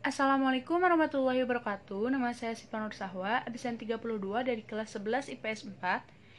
Assalamualaikum warahmatullahi wabarakatuh. Nama saya Siva Nur Sahwa, absen 32 dari kelas 11 IPS 4,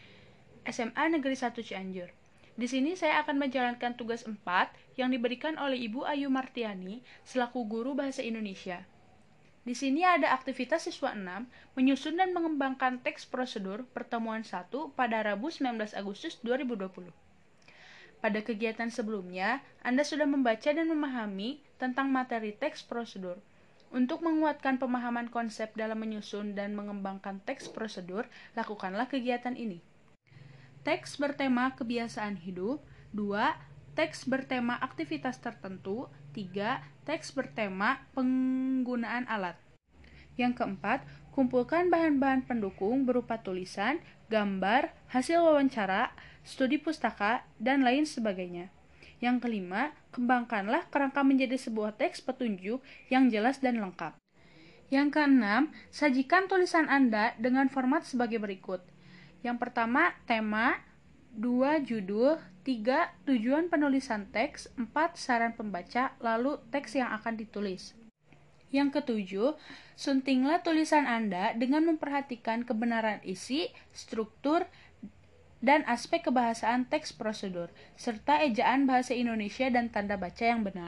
SMA Negeri 1 Cianjur. Di sini saya akan menjalankan tugas 4 yang diberikan oleh Ibu Ayu Martiani selaku guru bahasa Indonesia. Di sini ada aktivitas siswa 6 menyusun dan mengembangkan teks prosedur pertemuan 1 pada Rabu 19 Agustus 2020. Pada kegiatan sebelumnya, Anda sudah membaca dan memahami tentang materi teks prosedur. Untuk menguatkan pemahaman konsep dalam menyusun dan mengembangkan teks prosedur, lakukanlah kegiatan ini. Teks bertema kebiasaan hidup. 2. Teks bertema aktivitas tertentu. 3. Teks bertema penggunaan alat. Yang keempat, kumpulkan bahan-bahan pendukung berupa tulisan, gambar, hasil wawancara, studi pustaka, dan lain sebagainya. Yang kelima, kembangkanlah kerangka menjadi sebuah teks petunjuk yang jelas dan lengkap. Yang keenam, sajikan tulisan Anda dengan format sebagai berikut. Yang pertama, tema. 2. Judul. 3. Tujuan penulisan teks. 4. Saran pembaca, lalu teks yang akan ditulis. Yang ketujuh, suntinglah tulisan Anda dengan memperhatikan kebenaran isi, struktur, dan aspek kebahasaan teks prosedur, serta ejaan bahasa Indonesia dan tanda baca yang benar.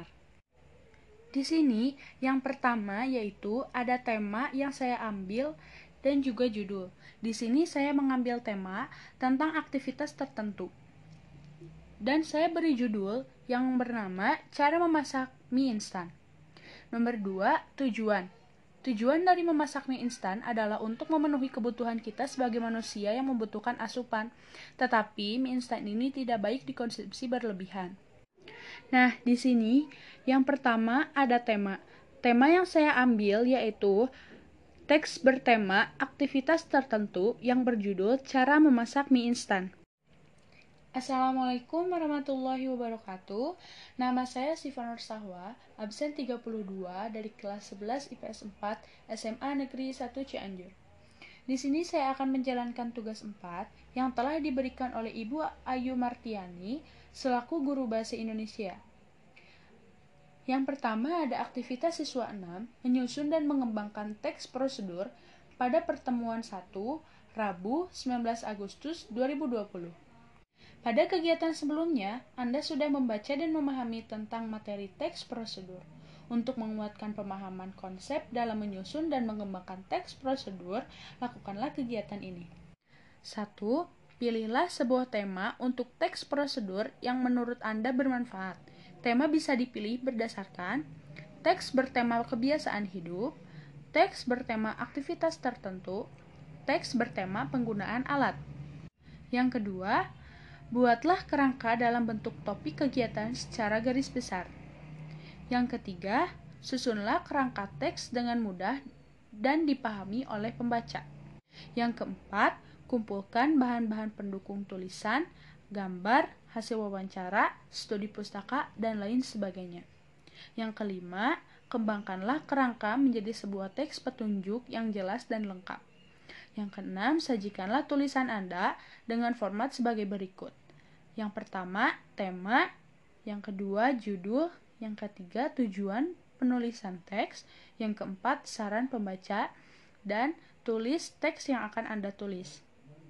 Di sini, yang pertama yaitu ada tema yang saya ambil dan juga judul. Di sini saya mengambil tema tentang aktivitas tertentu. Dan saya beri judul yang bernama Cara Memasak Mie Instan. Nomor 2, tujuan. Tujuan dari memasak mie instan adalah untuk memenuhi kebutuhan kita sebagai manusia yang membutuhkan asupan. Tetapi mie instan ini tidak baik dikonsumsi berlebihan. Nah, di sini yang pertama ada tema. Tema yang saya ambil yaitu teks bertema aktivitas tertentu yang berjudul Cara Memasak Mie Instan. Assalamualaikum warahmatullahi wabarakatuh. Nama saya Siva Nur Sahwa, absen 32 dari kelas 11 IPS 4 SMA Negeri 1 Cianjur. Di sini saya akan menjalankan tugas 4 yang telah diberikan oleh Ibu Ayu Martiani selaku guru bahasa Indonesia. Yang pertama ada aktivitas siswa 6 menyusun dan mengembangkan teks prosedur pada pertemuan 1 Rabu 19 Agustus 2020. Pada kegiatan sebelumnya, Anda sudah membaca dan memahami tentang materi teks prosedur. Untuk menguatkan pemahaman konsep dalam menyusun dan mengembangkan teks prosedur, lakukanlah kegiatan ini. 1. Pilihlah sebuah tema untuk teks prosedur yang menurut Anda bermanfaat. Tema bisa dipilih berdasarkan teks bertema kebiasaan hidup, teks bertema aktivitas tertentu, teks bertema penggunaan alat. Yang kedua, buatlah kerangka dalam bentuk topik kegiatan secara garis besar. Yang ketiga, susunlah kerangka teks dengan mudah dan dipahami oleh pembaca. Yang keempat, kumpulkan bahan-bahan pendukung tulisan, gambar, hasil wawancara, studi pustaka, dan lain sebagainya. Yang kelima, kembangkanlah kerangka menjadi sebuah teks petunjuk yang jelas dan lengkap. Yang keenam, sajikanlah tulisan Anda dengan format sebagai berikut. Yang pertama, tema. Yang kedua, judul. Yang ketiga, tujuan penulisan teks. Yang keempat, saran pembaca. Dan tulis teks yang akan Anda tulis.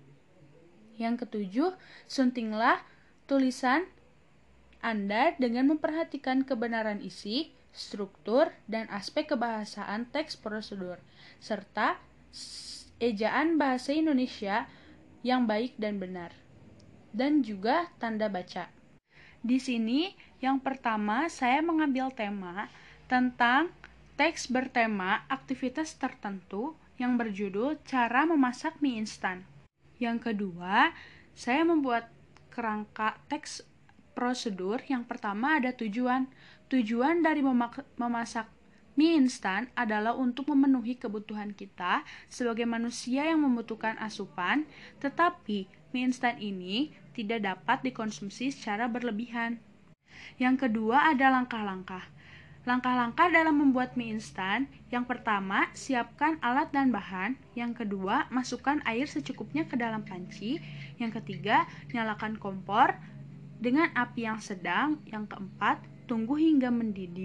Yang ketujuh, suntinglah tulisan Anda dengan memperhatikan kebenaran isi, struktur, dan aspek kebahasaan teks prosedur, serta ejaan bahasa Indonesia yang baik dan benar, dan juga tanda baca. Di sini, yang pertama saya mengambil tema tentang teks bertema aktivitas tertentu yang berjudul Cara Memasak Mie Instan. Yang kedua, saya membuat kerangka teks prosedur. Yang pertama ada tujuan. Tujuan dari memasak mie instan adalah untuk memenuhi kebutuhan kita sebagai manusia yang membutuhkan asupan, tetapi mie instan ini tidak dapat dikonsumsi secara berlebihan. Yang kedua ada langkah-langkah. Langkah-langkah dalam membuat mie instan, yang pertama, siapkan alat dan bahan. Yang kedua, masukkan air secukupnya ke dalam panci. Yang ketiga, nyalakan kompor dengan api yang sedang. Yang keempat, tunggu hingga mendidih.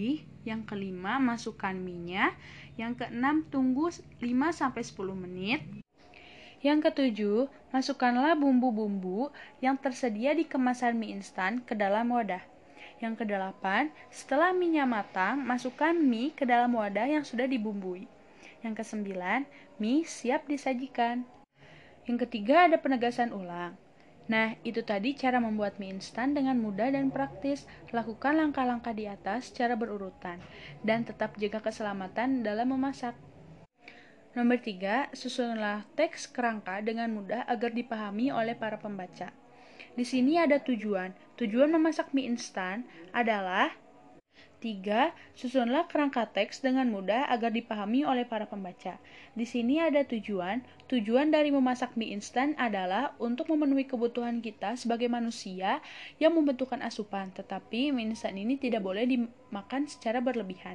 Yang kelima, masukkan mie-nya. Yang keenam, tunggu 5-10 menit. Yang ketujuh, masukkanlah bumbu-bumbu yang tersedia di kemasan mie instan ke dalam wadah. Yang kedelapan, setelah mie-nya matang, masukkan mie ke dalam wadah yang sudah dibumbui. Yang kesembilan, mie siap disajikan. Yang ketiga, ada penegasan ulang. Nah, itu tadi cara membuat mie instan dengan mudah dan praktis. Lakukan langkah-langkah di atas secara berurutan, dan tetap jaga keselamatan dalam memasak. Nomor 3, susunlah teks kerangka dengan mudah agar dipahami oleh para pembaca. Di sini ada tujuan. Tujuan memasak mie instan adalah 3. Susunlah kerangka teks dengan mudah agar dipahami oleh para pembaca. Di sini ada tujuan. Tujuan dari memasak mie instan adalah untuk memenuhi kebutuhan kita sebagai manusia yang membutuhkan asupan, tetapi mie instan ini tidak boleh dimakan secara berlebihan.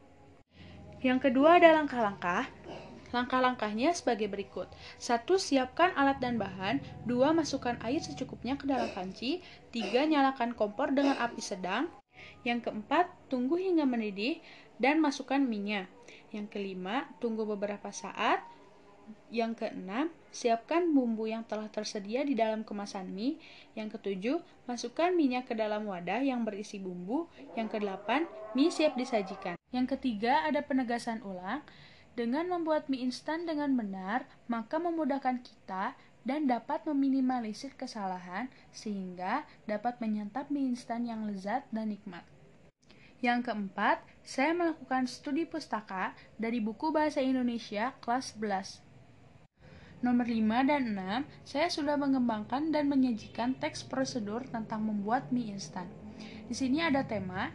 Yang kedua ada langkah-langkah. Langkah-langkahnya sebagai berikut. 1. Siapkan alat dan bahan. 2. Masukkan air secukupnya ke dalam panci. 3. Nyalakan kompor dengan api sedang. Yang keempat, tunggu hingga mendidih dan masukkan mie-nya. Yang kelima, tunggu beberapa saat. Yang keenam, siapkan bumbu yang telah tersedia di dalam kemasan mie. Yang ketujuh, masukkan mie-nya ke dalam wadah yang berisi bumbu. Yang kedelapan, mie siap disajikan. Yang ketiga, ada penegasan ulang. Dengan membuat mie instan dengan benar, maka memudahkan kita dan dapat meminimalisir kesalahan sehingga dapat menyantap mie instan yang lezat dan nikmat. Yang keempat, saya melakukan studi pustaka dari buku Bahasa Indonesia kelas 11. Nomor 5 dan 6, saya sudah mengembangkan dan menyajikan teks prosedur tentang membuat mie instan. Di sini ada tema.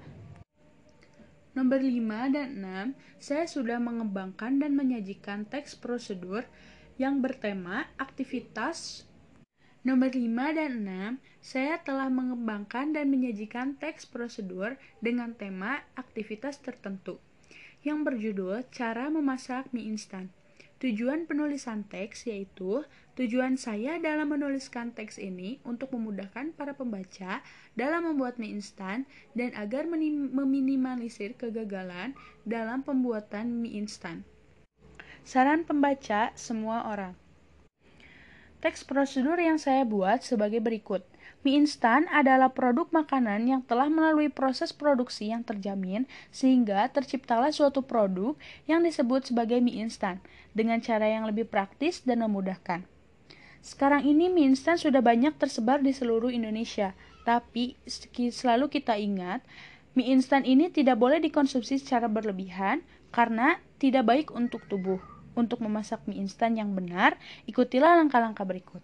Nomor 5 dan 6, saya sudah mengembangkan dan menyajikan teks prosedur yang bertema aktivitas. Nomor 5 dan 6, saya telah mengembangkan dan menyajikan teks prosedur dengan tema aktivitas tertentu yang berjudul Cara Memasak Mie Instan. Tujuan penulisan teks yaitu tujuan saya dalam menuliskan teks ini untuk memudahkan para pembaca dalam membuat mie instan dan agar meminimalisir kegagalan dalam pembuatan mie instan. Saran pembaca semua orang. Teks prosedur yang saya buat sebagai berikut. Mie instan adalah produk makanan yang telah melalui proses produksi yang terjamin sehingga terciptalah suatu produk yang disebut sebagai mie instan dengan cara yang lebih praktis dan memudahkan. Sekarang ini mie instan sudah banyak tersebar di seluruh Indonesia, tapi selalu kita ingat, mie instan ini tidak boleh dikonsumsi secara berlebihan karena tidak baik untuk tubuh. Untuk memasak mie instan yang benar, ikutilah langkah-langkah berikut.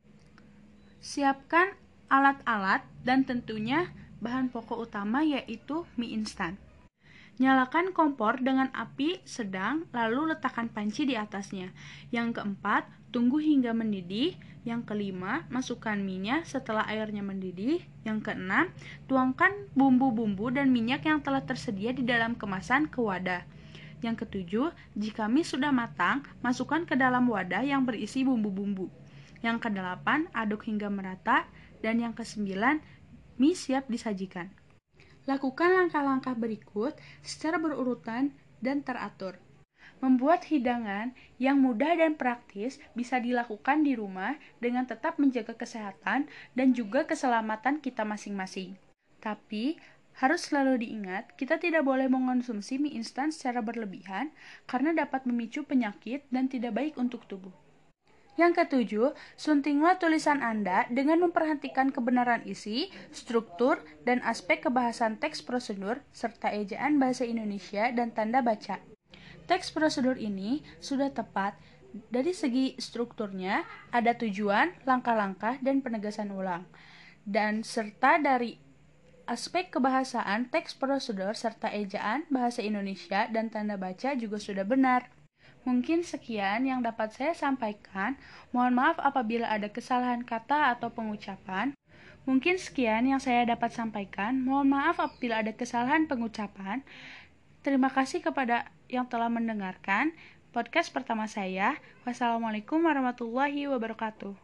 Siapkan alat-alat dan tentunya bahan pokok utama yaitu mie instan. Nyalakan kompor dengan api sedang lalu letakkan panci di atasnya. Yang keempat, tunggu hingga mendidih. Yang kelima, masukkan mie-nya setelah airnya mendidih. Yang keenam, tuangkan bumbu-bumbu dan minyak yang telah tersedia di dalam kemasan ke wadah. Yang ketujuh, jika mie sudah matang, masukkan ke dalam wadah yang berisi bumbu-bumbu. Yang kedelapan, aduk hingga merata. Dan yang kesembilan, mie siap disajikan. Lakukan langkah-langkah berikut secara berurutan dan teratur. Membuat hidangan yang mudah dan praktis bisa dilakukan di rumah dengan tetap menjaga kesehatan dan juga keselamatan kita masing-masing. Tapi, harus selalu diingat, kita tidak boleh mengonsumsi mie instan secara berlebihan karena dapat memicu penyakit dan tidak baik untuk tubuh. Yang ketujuh, suntinglah tulisan Anda dengan memperhatikan kebenaran isi, struktur, dan aspek kebahasan teks prosedur, serta ejaan bahasa Indonesia dan tanda baca. Teks prosedur ini sudah tepat. Dari segi strukturnya, ada tujuan, langkah-langkah, dan penegasan ulang. Dan serta dari aspek kebahasaan teks prosedur serta ejaan bahasa Indonesia dan tanda baca juga sudah benar. Mungkin sekian yang dapat saya sampaikan. Mohon maaf apabila ada kesalahan kata atau pengucapan. Mungkin sekian yang saya dapat sampaikan. Mohon maaf apabila ada kesalahan pengucapan. Terima kasih kepada yang telah mendengarkan podcast pertama saya. Wassalamualaikum warahmatullahi wabarakatuh.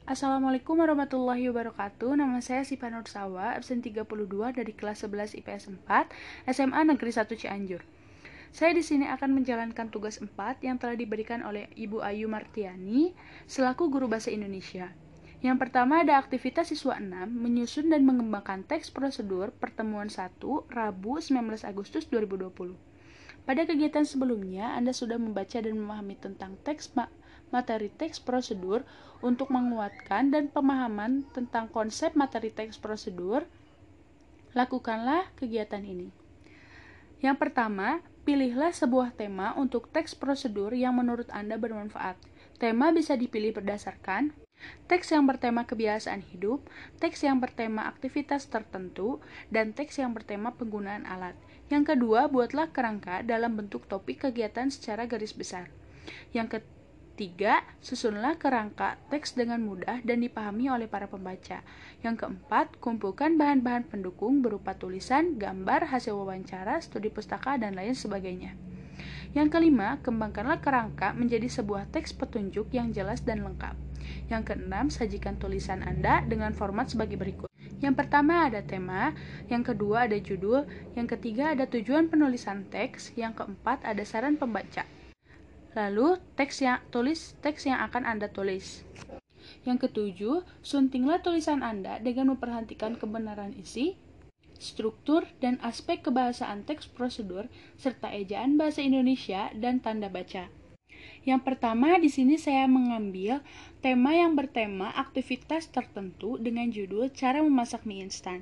Assalamualaikum warahmatullahi wabarakatuh. Nama saya Siva Nursawa, absen 32 dari kelas 11 IPS 4, SMA Negeri 1 Cianjur. Saya di sini akan menjalankan tugas 4 yang telah diberikan oleh Ibu Ayu Martiani selaku guru bahasa Indonesia. Yang pertama ada aktivitas siswa 6 menyusun dan mengembangkan teks prosedur pertemuan 1 Rabu 19 Agustus 2020. Pada kegiatan sebelumnya, Anda sudah membaca dan memahami tentang materi teks prosedur untuk menguatkan dan pemahaman tentang konsep materi teks prosedur. Lakukanlah kegiatan ini. Yang pertama, pilihlah sebuah tema untuk teks prosedur yang menurut Anda bermanfaat. Tema bisa dipilih berdasarkan teks yang bertema kebiasaan hidup, teks yang bertema aktivitas tertentu, dan teks yang bertema penggunaan alat. Yang kedua, buatlah kerangka dalam bentuk topik kegiatan secara garis besar. Yang ketiga, susunlah kerangka teks dengan mudah dan dipahami oleh para pembaca. Yang keempat, kumpulkan bahan-bahan pendukung berupa tulisan, gambar, hasil wawancara, studi pustaka, dan lain sebagainya. Yang kelima, kembangkanlah kerangka menjadi sebuah teks petunjuk yang jelas dan lengkap. Yang keenam, sajikan tulisan Anda dengan format sebagai berikut. Yang pertama ada tema, yang kedua ada judul, yang ketiga ada tujuan penulisan teks, yang keempat ada saran pembaca. Lalu, teks yang akan Anda tulis. Yang ketujuh, suntinglah tulisan Anda dengan memperhatikan kebenaran isi, struktur, dan aspek kebahasaan teks prosedur, serta ejaan bahasa Indonesia dan tanda baca. Yang pertama, di sini saya mengambil tema yang bertema aktivitas tertentu dengan judul Cara Memasak Mie Instan.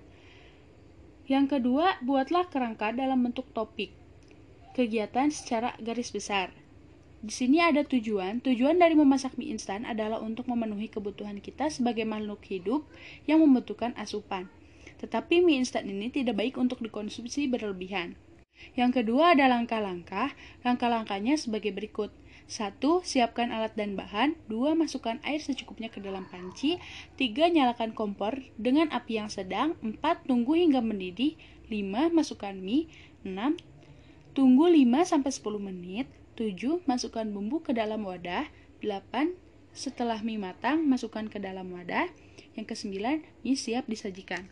Yang kedua, buatlah kerangka dalam bentuk topik kegiatan secara garis besar. Di sini ada tujuan dari memasak mie instan adalah untuk memenuhi kebutuhan kita sebagai makhluk hidup yang membutuhkan asupan. Tetapi mie instan ini tidak baik untuk dikonsumsi berlebihan. Yang kedua ada langkah-langkah. Langkah-langkahnya sebagai berikut. 1. Siapkan alat dan bahan. 2. Masukkan air secukupnya ke dalam panci. 3. Nyalakan kompor dengan api yang sedang. 4. Tunggu hingga mendidih. 5. Masukkan mie. 6. Tunggu 5-10 menit. 7. Masukkan bumbu ke dalam wadah. 8. Setelah mie matang, masukkan ke dalam wadah. Yang ke-9, mie siap disajikan.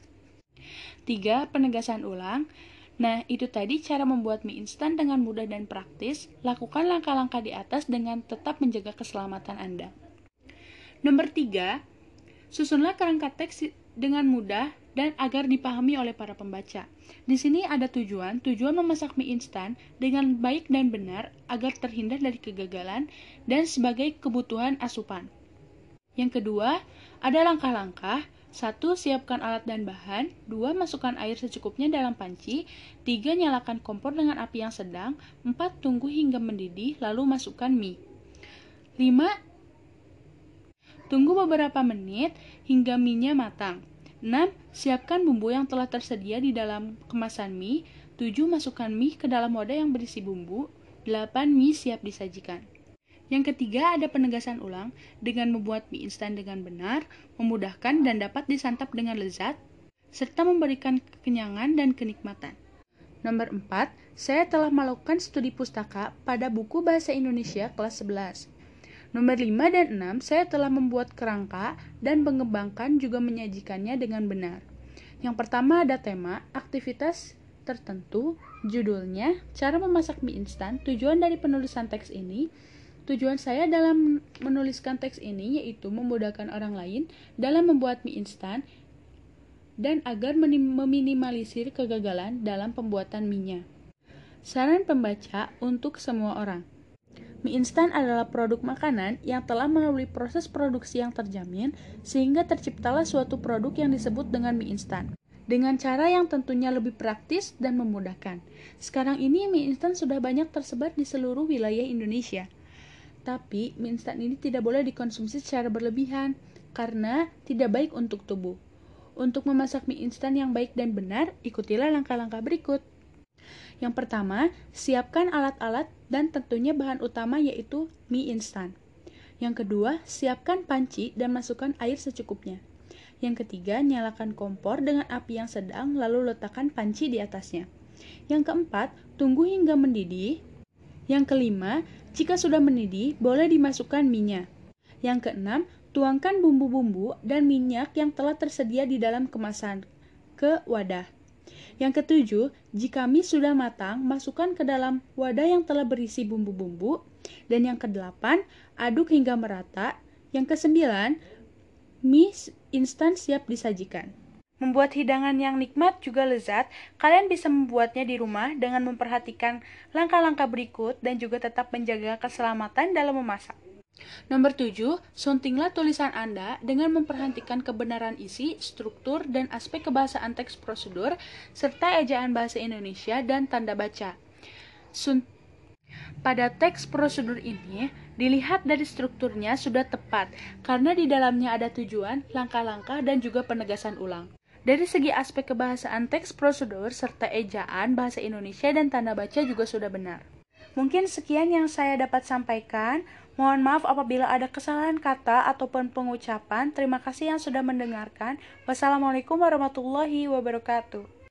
3. Penegasan ulang. Nah, itu tadi cara membuat mie instan dengan mudah dan praktis. Lakukan langkah-langkah di atas dengan tetap menjaga keselamatan Anda. Nomor 3, susunlah kerangka teks dengan mudah dan agar dipahami oleh para pembaca. Di sini ada tujuan memasak mie instan dengan baik dan benar agar terhindar dari kegagalan dan sebagai kebutuhan asupan. Yang kedua, ada langkah-langkah. 1. Siapkan alat dan bahan. 2. Masukkan air secukupnya dalam panci. 3. Nyalakan kompor dengan api yang sedang. 4. Tunggu hingga mendidih, lalu masukkan mie. 5. Tunggu beberapa menit hingga mie-nya matang. 6. Siapkan bumbu yang telah tersedia di dalam kemasan mie. 7. Masukkan mie ke dalam wadah yang berisi bumbu. 8. Mie siap disajikan. Yang ketiga ada penegasan ulang dengan membuat mie instan dengan benar, memudahkan dan dapat disantap dengan lezat, serta memberikan kekenyangan dan kenikmatan. Nomor 4, saya telah melakukan studi pustaka pada buku Bahasa Indonesia kelas 11. Nomor 5 dan 6, saya telah membuat kerangka dan mengembangkan juga menyajikannya dengan benar. Yang pertama ada tema, aktivitas tertentu, judulnya, cara memasak mie instan, tujuan dari penulisan teks ini. Tujuan saya dalam menuliskan teks ini yaitu memudahkan orang lain dalam membuat mie instan dan agar meminimalisir kegagalan dalam pembuatan mie-nya. Saran pembaca untuk semua orang. Mie instan adalah produk makanan yang telah melalui proses produksi yang terjamin sehingga terciptalah suatu produk yang disebut dengan mie instan. Dengan cara yang tentunya lebih praktis dan memudahkan. Sekarang ini mie instan sudah banyak tersebar di seluruh wilayah Indonesia. Tapi, mie instan ini tidak boleh dikonsumsi secara berlebihan, karena tidak baik untuk tubuh. Untuk memasak mie instan yang baik dan benar, ikutilah langkah-langkah berikut. Yang pertama, siapkan alat-alat dan tentunya bahan utama yaitu mie instan. Yang kedua, siapkan panci dan masukkan air secukupnya. Yang ketiga, nyalakan kompor dengan api yang sedang lalu letakkan panci di atasnya. Yang keempat, tunggu hingga mendidih. Yang kelima, jika sudah mendidih, boleh dimasukkan mie-nya. Yang keenam, Tuangkan bumbu-bumbu dan minyak yang telah tersedia di dalam kemasan ke wadah. Yang ketujuh, jika mie sudah matang, masukkan ke dalam wadah yang telah berisi bumbu-bumbu. Dan yang kedelapan, aduk hingga merata. Yang kesembilan, mie instan siap disajikan. Membuat hidangan yang nikmat juga lezat. Kalian bisa membuatnya di rumah dengan memperhatikan langkah-langkah berikut dan juga tetap menjaga keselamatan dalam memasak. Nomor 7, suntinglah tulisan Anda dengan memperhatikan kebenaran isi, struktur, dan aspek kebahasaan teks prosedur, serta ejaan bahasa Indonesia dan tanda baca. Pada teks prosedur ini, dilihat dari strukturnya sudah tepat, karena di dalamnya ada tujuan, langkah-langkah, dan juga penegasan ulang. Dari segi aspek kebahasaan teks prosedur serta ejaan bahasa Indonesia dan tanda baca juga sudah benar. Mungkin sekian yang saya dapat sampaikan. Mohon maaf apabila ada kesalahan kata ataupun pengucapan. Terima kasih yang sudah mendengarkan. Wassalamualaikum warahmatullahi wabarakatuh.